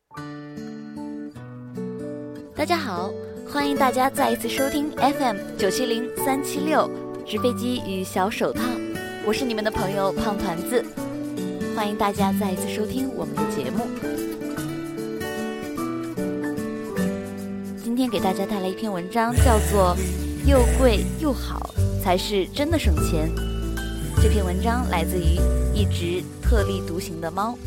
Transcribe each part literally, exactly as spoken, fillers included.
大家好，欢迎大家再一次收听 F M 九七零三七六纸飞机与小手套，我是你们的朋友胖团子，欢迎大家再一次收听我们的节目。今天给大家带来一篇文章，叫做又贵又好才是真的省钱。这篇文章来自于一只特立独行的猫。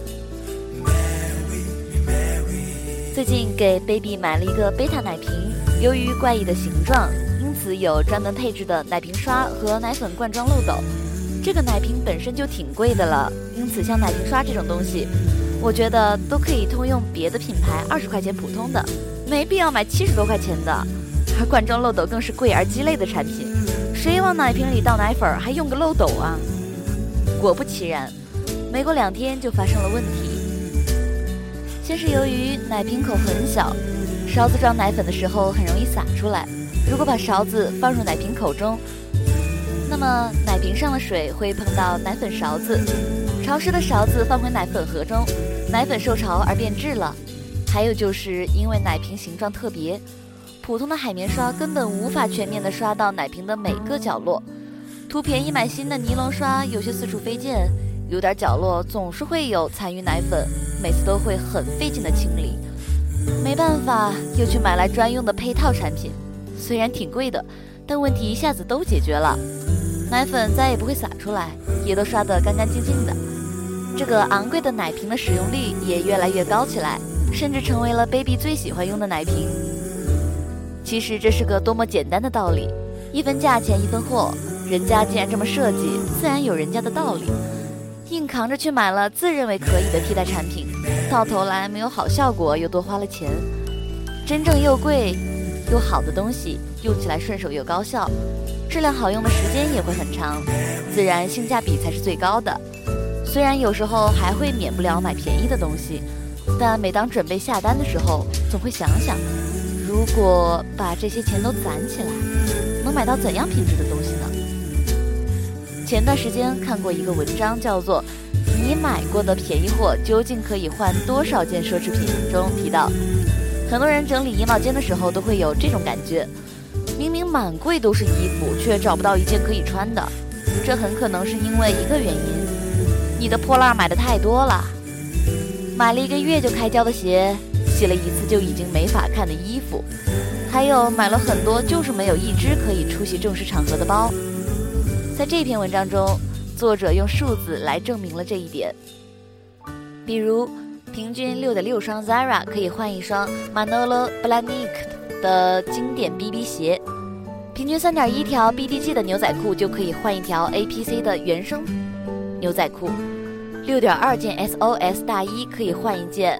最近给 baby 买了一个贝塔奶瓶，由于怪异的形状，因此有专门配置的奶瓶刷和奶粉罐装漏斗。这个奶瓶本身就挺贵的了，因此像奶瓶刷这种东西，我觉得都可以通用别的品牌二十块钱普通的，没必要买七十多块钱的。而罐装漏斗更是贵而鸡肋的产品，谁往奶瓶里倒奶粉还用个漏斗啊？果不其然，没过两天就发生了问题。先是由于奶瓶口很小，勺子装奶粉的时候很容易洒出来，如果把勺子放入奶瓶口中，那么奶瓶上的水会碰到奶粉勺子，潮湿的勺子放回奶粉盒中，奶粉受潮而变质了。还有就是因为奶瓶形状特别，普通的海绵刷根本无法全面地刷到奶瓶的每个角落，图便宜买新的尼龙刷有些四处飞溅，有点角落总是会有残余奶粉，每次都会很费劲的清理。没办法，又去买来专用的配套产品，虽然挺贵的，但问题一下子都解决了，奶粉再也不会洒出来，也都刷得干干净净的。这个昂贵的奶瓶的使用率也越来越高起来，甚至成为了 baby 最喜欢用的奶瓶。其实这是个多么简单的道理，一分价钱一分货，人家既然这么设计，自然有人家的道理。硬扛着去买了自认为可以的替代产品，到头来没有好效果，又多花了钱。真正又贵又好的东西，用起来顺手又高效，质量好用的时间也会很长，自然性价比才是最高的。虽然有时候还会免不了买便宜的东西，但每当准备下单的时候，总会想想，如果把这些钱都攒起来，能买到怎样品质的东西呢？前段时间看过一个文章，叫做你买过的便宜货究竟可以换多少件奢侈品，中提到很多人整理衣帽间的时候都会有这种感觉，明明满柜都是衣服，却找不到一件可以穿的。这很可能是因为一个原因，你的破烂买的太多了，买了一个月就开胶的鞋，洗了一次就已经没法看的衣服，还有买了很多就是没有一只可以出席正式场合的包。在这篇文章中，作者用数字来证明了这一点。比如平均 六点六 双 Zara 可以换一双 Manolo Blahnik 的经典 B B 鞋，平均 三点一 条 B D G 的牛仔裤就可以换一条 A P C 的原生牛仔裤， 六点二 件 S O S 大衣可以换一件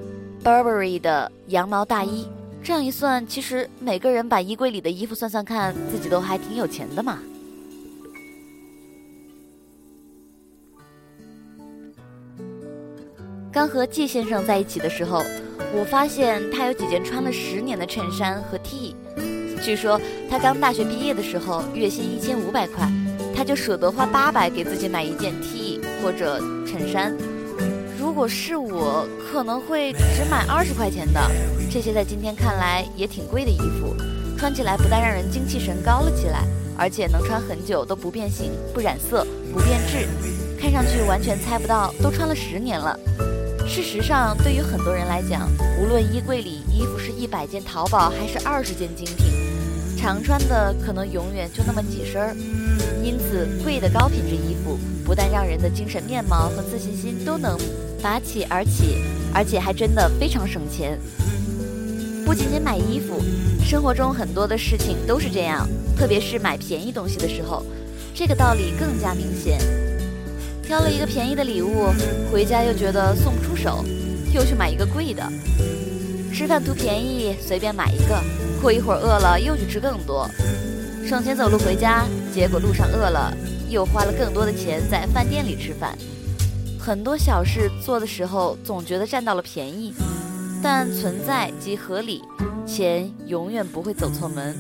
Burberry 的羊毛大衣。这样一算，其实每个人把衣柜里的衣服算算看，自己都还挺有钱的嘛。刚和季先生在一起的时候，我发现他有几件穿了十年的衬衫和 T。 据说他刚大学毕业的时候，月薪一千五百块，他就舍得花八百给自己买一件 T 或者衬衫。如果是我，可能会只买二十块钱的，这些在今天看来也挺贵的衣服，穿起来不但让人精气神高了起来，而且能穿很久都不变形、不染色、不变质，看上去完全猜不到都穿了十年了。事实上，对于很多人来讲，无论衣柜里衣服是一百件淘宝还是二十件精品，常穿的可能永远就那么几身儿。因此，贵的高品质衣服不但让人的精神面貌和自信心都能拔起而起，而且还真的非常省钱。不仅仅买衣服，生活中很多的事情都是这样，特别是买便宜东西的时候，这个道理更加明显。挑了一个便宜的礼物，回家又觉得送不出手，又去买一个贵的。吃饭图便宜，随便买一个，过一会儿饿了又去吃更多。省钱走路回家，结果路上饿了，又花了更多的钱在饭店里吃饭。很多小事做的时候总觉得占到了便宜，但存在即合理，钱永远不会走错门。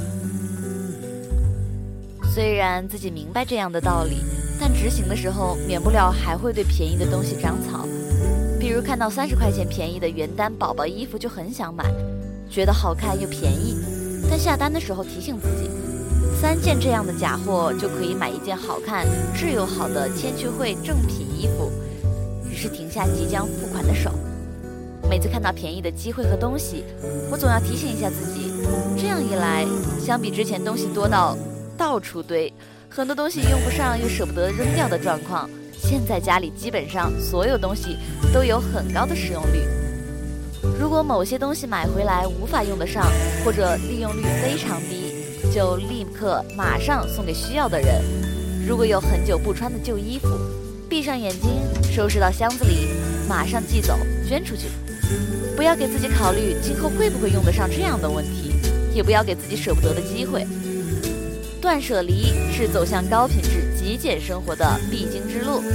虽然自己明白这样的道理，但执行的时候免不了还会对便宜的东西长草。比如如看到三十块钱便宜的原单宝宝衣服就很想买，觉得好看又便宜，但下单的时候提醒自己，三件这样的假货就可以买一件好看、质又好的千趣汇正品衣服，于是停下即将付款的手。每次看到便宜的机会和东西，我总要提醒一下自己，这样一来，相比之前东西多到到处堆，很多东西用不上又舍不得扔掉的状况，现在家里基本上所有东西都有很高的使用率。如果某些东西买回来无法用得上，或者利用率非常低，就立刻马上送给需要的人。如果有很久不穿的旧衣服，闭上眼睛收拾到箱子里，马上寄走捐出去。不要给自己考虑今后会不会用得上这样的问题，也不要给自己舍不得的机会。断舍离是走向高品质极简生活的必经之路。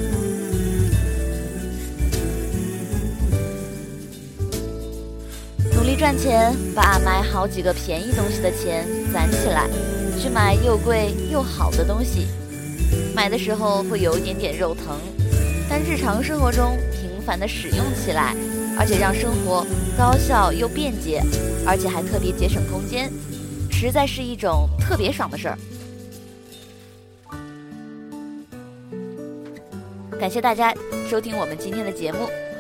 努力赚钱，把买好几个便宜东西的钱攒起来，去买又贵又好的东西。买的时候会有一点点肉疼，但日常生活中频繁的使用起来，而且让生活高效又便捷，而且还特别节省空间，实在是一种特别爽的事儿。感谢大家收听我们今天的节目，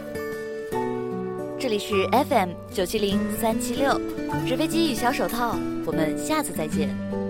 这里是 F M 九七零三七六纸飞机与小手套，我们下次再见。